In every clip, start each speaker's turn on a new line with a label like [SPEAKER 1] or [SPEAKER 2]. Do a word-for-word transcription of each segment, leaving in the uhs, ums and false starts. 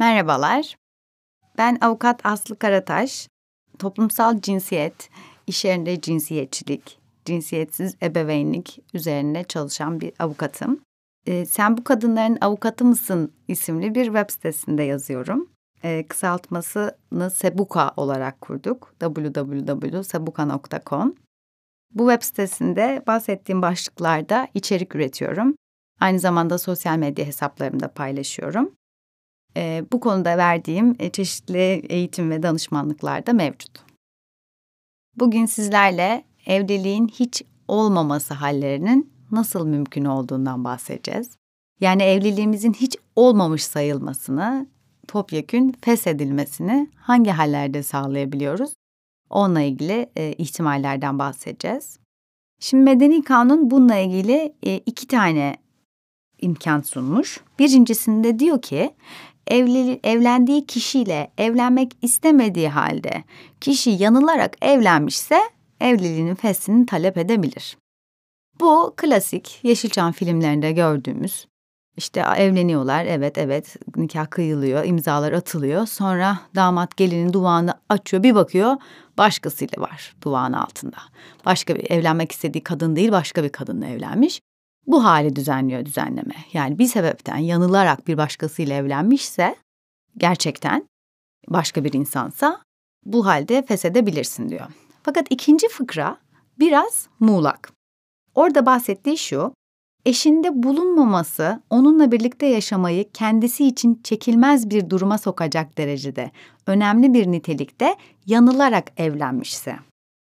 [SPEAKER 1] Merhabalar, ben avukat Aslı Karataş. Toplumsal cinsiyet, iş yerinde cinsiyetçilik, cinsiyetsiz ebeveynlik üzerine çalışan bir avukatım. Ee, Sen Bu Kadınların Avukatı mısın isimli bir web sitesinde yazıyorum. Ee, kısaltmasını Sebuka olarak kurduk. double-u double-u double-u nokta sebuka nokta com. Bu web sitesinde bahsettiğim başlıklarda içerik üretiyorum. Aynı zamanda sosyal medya hesaplarımda paylaşıyorum. Ee, bu konuda verdiğim e, çeşitli eğitim ve danışmanlıklar da mevcut. Bugün sizlerle evliliğin hiç olmaması hallerinin nasıl mümkün olduğundan bahsedeceğiz. Yani evliliğimizin hiç olmamış sayılmasını, topyekün feshedilmesini hangi hallerde sağlayabiliyoruz? Onunla ilgili e, ihtimallerden bahsedeceğiz. Şimdi Medeni Kanun bununla ilgili e, iki tane imkan sunmuş. Birincisinde diyor ki, evli, evlendiği kişiyle evlenmek istemediği halde kişi yanılarak evlenmişse evliliğinin feshini talep edebilir. Bu klasik Yeşilçam filmlerinde gördüğümüz, işte evleniyorlar, evet evet nikah kıyılıyor, imzalar atılıyor. Sonra damat gelinin duvağını açıyor, bir bakıyor başkasıyla var duvağın altında. Başka bir evlenmek istediği kadın değil, başka bir kadınla evlenmiş. Bu hali düzenliyor düzenleme. Yani bir sebepten yanılarak bir başkasıyla evlenmişse, gerçekten başka bir insansa bu halde feshedebilirsin diyor. Fakat ikinci fıkra biraz muğlak. Orada bahsettiği şu, eşinde bulunmaması onunla birlikte yaşamayı kendisi için çekilmez bir duruma sokacak derecede önemli bir nitelikte yanılarak evlenmişse.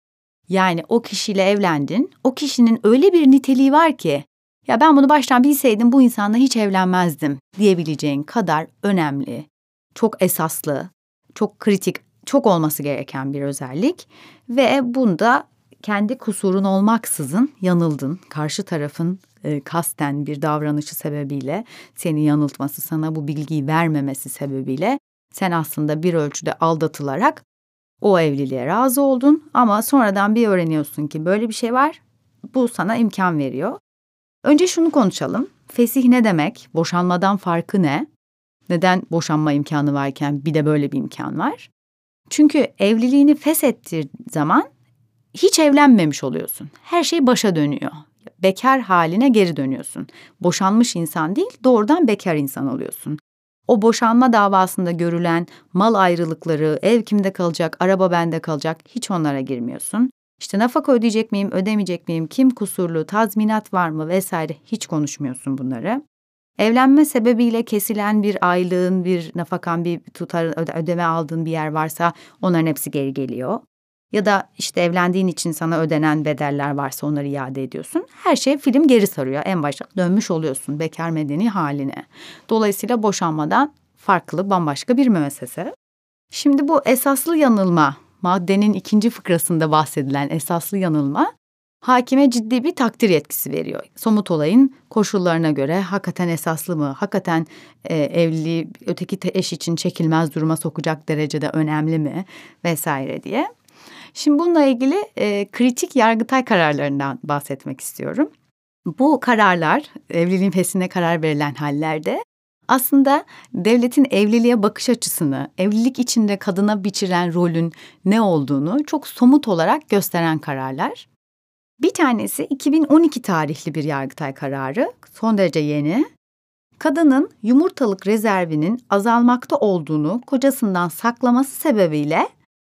[SPEAKER 1] Yani o kişiyle evlendin, o kişinin öyle bir niteliği var ki, ya ben bunu baştan bilseydim bu insanla hiç evlenmezdim diyebileceğin kadar önemli, çok esaslı, çok kritik, çok olması gereken bir özellik ve bunda kendi kusurun olmaksızın yanıldın. Karşı tarafın e, kasten bir davranışı sebebiyle seni yanıltması, sana bu bilgiyi vermemesi sebebiyle sen aslında bir ölçüde aldatılarak o evliliğe razı oldun ama sonradan bir öğreniyorsun ki böyle bir şey var. Bu sana imkan veriyor. Önce şunu konuşalım. Fesih ne demek? Boşanmadan farkı ne? Neden boşanma imkanı varken bir de böyle bir imkan var? Çünkü evliliğini feshettiği zaman hiç evlenmemiş oluyorsun. Her şey başa dönüyor. Bekar haline geri dönüyorsun. Boşanmış insan değil, doğrudan bekar insan oluyorsun. O boşanma davasında görülen mal ayrılıkları, ev kimde kalacak, araba bende kalacak, hiç onlara girmiyorsun. İşte nafaka ödeyecek miyim, ödemeyecek miyim, kim kusurlu, tazminat var mı vesaire hiç konuşmuyorsun bunları. Evlenme sebebiyle kesilen bir aylığın, bir nafakan, bir tutar ödeme aldığın bir yer varsa onların hepsi geri geliyor. Ya da işte evlendiğin için sana ödenen bedeller varsa onları iade ediyorsun. Her şey film geri sarıyor. En başta dönmüş oluyorsun bekar medeni haline. Dolayısıyla boşanmadan farklı, bambaşka bir müessese. Şimdi bu esaslı yanılma, maddenin ikinci fıkrasında bahsedilen esaslı yanılma, hakime ciddi bir takdir yetkisi veriyor. Somut olayın koşullarına göre hakikaten esaslı mı, hakikaten e, evliliği öteki eş için çekilmez duruma sokacak derecede önemli mi vesaire diye. Şimdi bununla ilgili e, kritik Yargıtay kararlarından bahsetmek istiyorum. Bu kararlar, evliliğin feshine karar verilen hallerde aslında devletin evliliğe bakış açısını, evlilik içinde kadına biçilen rolün ne olduğunu çok somut olarak gösteren kararlar. Bir tanesi iki bin on iki tarihli bir Yargıtay kararı, son derece yeni. Kadının yumurtalık rezervinin azalmakta olduğunu kocasından saklaması sebebiyle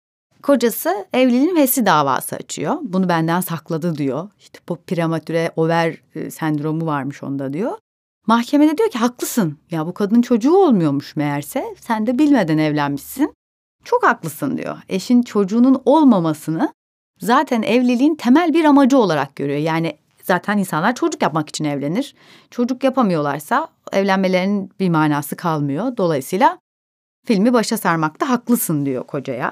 [SPEAKER 1] kocası evliliğin feshi davası açıyor. Bunu benden sakladı diyor. İşte bu prematüre over sendromu varmış onda diyor. Mahkemede diyor ki haklısın. Ya bu kadının çocuğu olmuyormuş meğerse. Sen de bilmeden evlenmişsin. Çok haklısın diyor. Eşin çocuğunun olmamasını zaten evliliğin temel bir amacı olarak görüyor. Yani zaten insanlar çocuk yapmak için evlenir. Çocuk yapamıyorlarsa evlenmelerinin bir manası kalmıyor. Dolayısıyla filmi başa sarmakta haklısın diyor kocaya.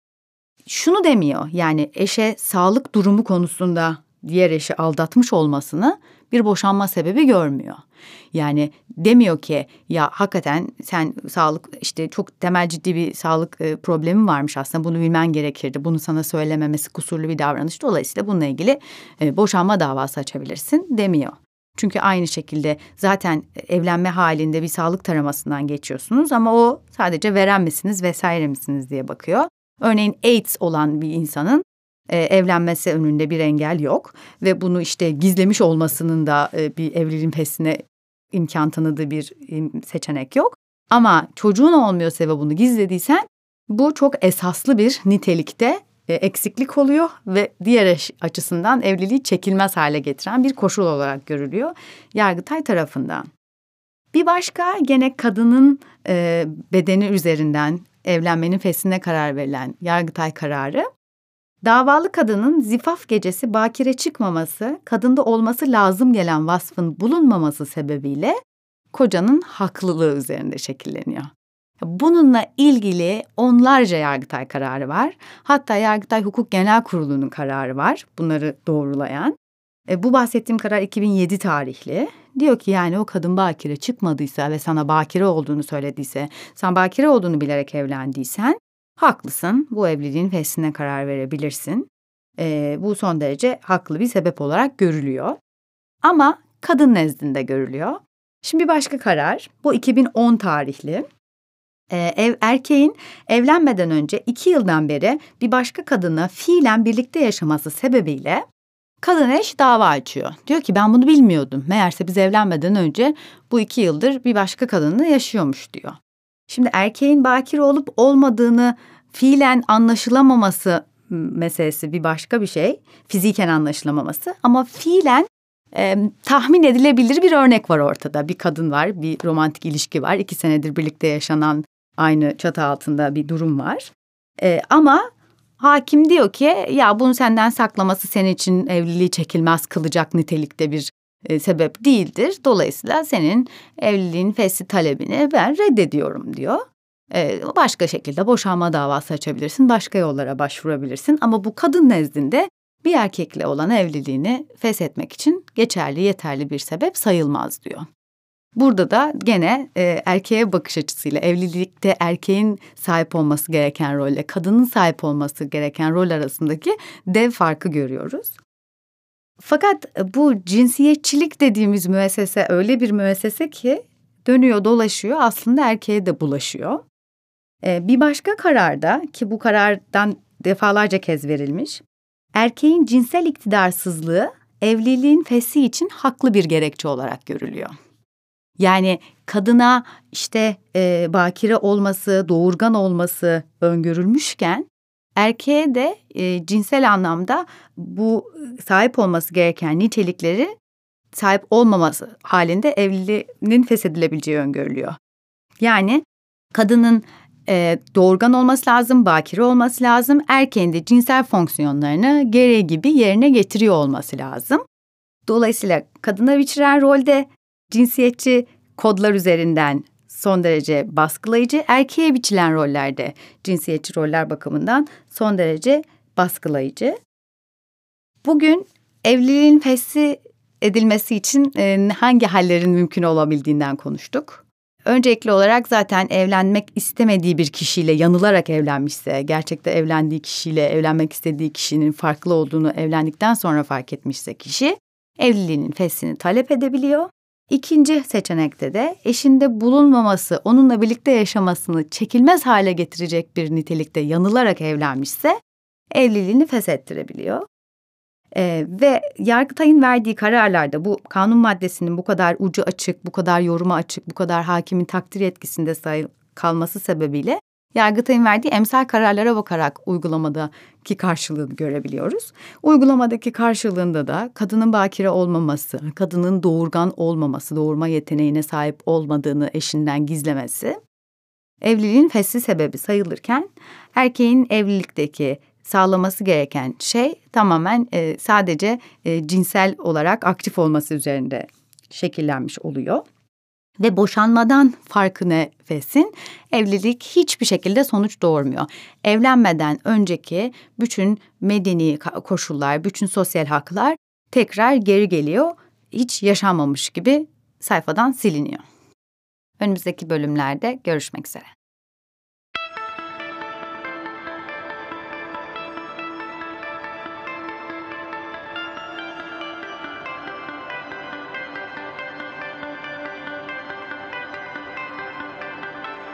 [SPEAKER 1] Şunu demiyor, yani eşe sağlık durumu konusunda diğer eşi aldatmış olmasını bir boşanma sebebi görmüyor. Yani demiyor ki ya hakikaten sen sağlık işte çok temel ciddi bir sağlık e, problemi varmış aslında, bunu bilmen gerekirdi. Bunu sana söylememesi kusurlu bir davranış. Dolayısıyla bununla ilgili e, boşanma davası açabilirsin demiyor. Çünkü aynı şekilde zaten evlenme halinde bir sağlık taramasından geçiyorsunuz ama o sadece veren misiniz vesaire misiniz diye bakıyor. Örneğin AIDS olan bir insanın e, evlenmesi önünde bir engel yok ve bunu işte gizlemiş olmasının da e, bir evliliğin fesline imkan tanıdığı bir e, seçenek yok. Ama çocuğun olmuyorsa ve bunu gizlediysen bu çok esaslı bir nitelikte e, eksiklik oluyor ve diğer eş açısından evliliği çekilmez hale getiren bir koşul olarak görülüyor Yargıtay tarafından. Bir başka gene kadının e, bedeni üzerinden evlenmenin fesline karar verilen Yargıtay kararı, davalı kadının zifaf gecesi bakire çıkmaması, kadında olması lazım gelen vasfın bulunmaması sebebiyle kocanın haklılığı üzerinde şekilleniyor. Bununla ilgili onlarca Yargıtay kararı var. Hatta Yargıtay Hukuk Genel Kurulu'nun kararı var bunları doğrulayan. E, bu bahsettiğim karar iki bin yedi tarihli. Diyor ki yani o kadın bakire çıkmadıysa ve sana bakire olduğunu söylediyse, sen bakire olduğunu bilerek evlendiysen haklısın. Bu evliliğin fesline karar verebilirsin. E, bu son derece haklı bir sebep olarak görülüyor. Ama kadın nezdinde görülüyor. Şimdi bir başka karar, bu iki bin on tarihli. Ee, ev, erkeğin evlenmeden önce iki yıldan beri bir başka kadınla fiilen birlikte yaşaması sebebiyle kadın eş dava açıyor. Diyor ki ben bunu bilmiyordum. Meğerse biz evlenmeden önce bu iki yıldır bir başka kadınla yaşıyormuş diyor. Şimdi erkeğin bakire olup olmadığını fiilen anlaşılamaması meselesi bir başka bir şey. Fiziken anlaşılamaması ama fiilen e, tahmin edilebilir bir örnek var ortada. Bir kadın var, bir romantik ilişki var. İki senedir birlikte yaşanan aynı çatı altında bir durum var. E, ama hakim diyor ki ya bunu senden saklaması senin için evliliği çekilmez kılacak nitelikte bir e, sebep değildir. Dolayısıyla senin evliliğin fesli talebini ben reddediyorum diyor. E, başka şekilde boşanma davası açabilirsin, başka yollara başvurabilirsin. Ama bu kadın nezdinde bir erkekle olan evliliğini feshetmek için geçerli, yeterli bir sebep sayılmaz diyor. Burada da gene e, erkeğe bakış açısıyla evlilikte erkeğin sahip olması gereken rolle kadının sahip olması gereken rol arasındaki dev farkı görüyoruz. Fakat bu cinsiyetçilik dediğimiz müessese öyle bir müessese ki dönüyor dolaşıyor aslında erkeğe de bulaşıyor. E, bir başka kararda ki bu karardan defalarca kez verilmiş, erkeğin cinsel iktidarsızlığı evliliğin feshi için haklı bir gerekçe olarak görülüyor. Yani kadına işte e, bakire olması, doğurgan olması öngörülmüşken erkeğe de e, cinsel anlamda bu sahip olması gereken nitelikleri sahip olmaması halinde evliliğinin feshedilebileceği öngörülüyor. Yani kadının e, doğurgan olması lazım, bakire olması lazım, erkeğin de cinsel fonksiyonlarını gereği gibi yerine getiriyor olması lazım. Dolayısıyla kadına biçilen rolde cinsiyetçi kodlar üzerinden son derece baskılayıcı, erkeğe biçilen rollerde cinsiyetçi roller bakımından son derece baskılayıcı. Bugün evliliğin feshi edilmesi için e, hangi hallerin mümkün olabildiğinden konuştuk. Öncelikli olarak zaten evlenmek istemediği bir kişiyle yanılarak evlenmişse, gerçekte evlendiği kişiyle evlenmek istediği kişinin farklı olduğunu evlendikten sonra fark etmişse kişi, evliliğinin feshini talep edebiliyor. İkinci seçenekte de eşinde bulunmaması, onunla birlikte yaşamasını çekilmez hale getirecek bir nitelikte yanılarak evlenmişse evliliğini feshettirebiliyor. Ee, ve Yargıtay'ın verdiği kararlarda bu kanun maddesinin bu kadar ucu açık, bu kadar yoruma açık, bu kadar hakimin takdir yetkisinde sayı kalması sebebiyle Yargıtay'ın verdiği emsal kararlara bakarak uygulamadaki karşılığını görebiliyoruz. Uygulamadaki karşılığında da kadının bakire olmaması, kadının doğurgan olmaması, doğurma yeteneğine sahip olmadığını eşinden gizlemesi evliliğin feshi sebebi sayılırken erkeğin evlilikteki sağlaması gereken şey tamamen e, sadece e, cinsel olarak aktif olması üzerinde şekillenmiş oluyor. Ve boşanmadan farkı ne feshin? Evlilik hiçbir şekilde sonuç doğurmuyor. Evlenmeden önceki bütün medeni koşullar, bütün sosyal haklar tekrar geri geliyor. Hiç yaşanmamış gibi sayfadan siliniyor. Önümüzdeki bölümlerde görüşmek üzere.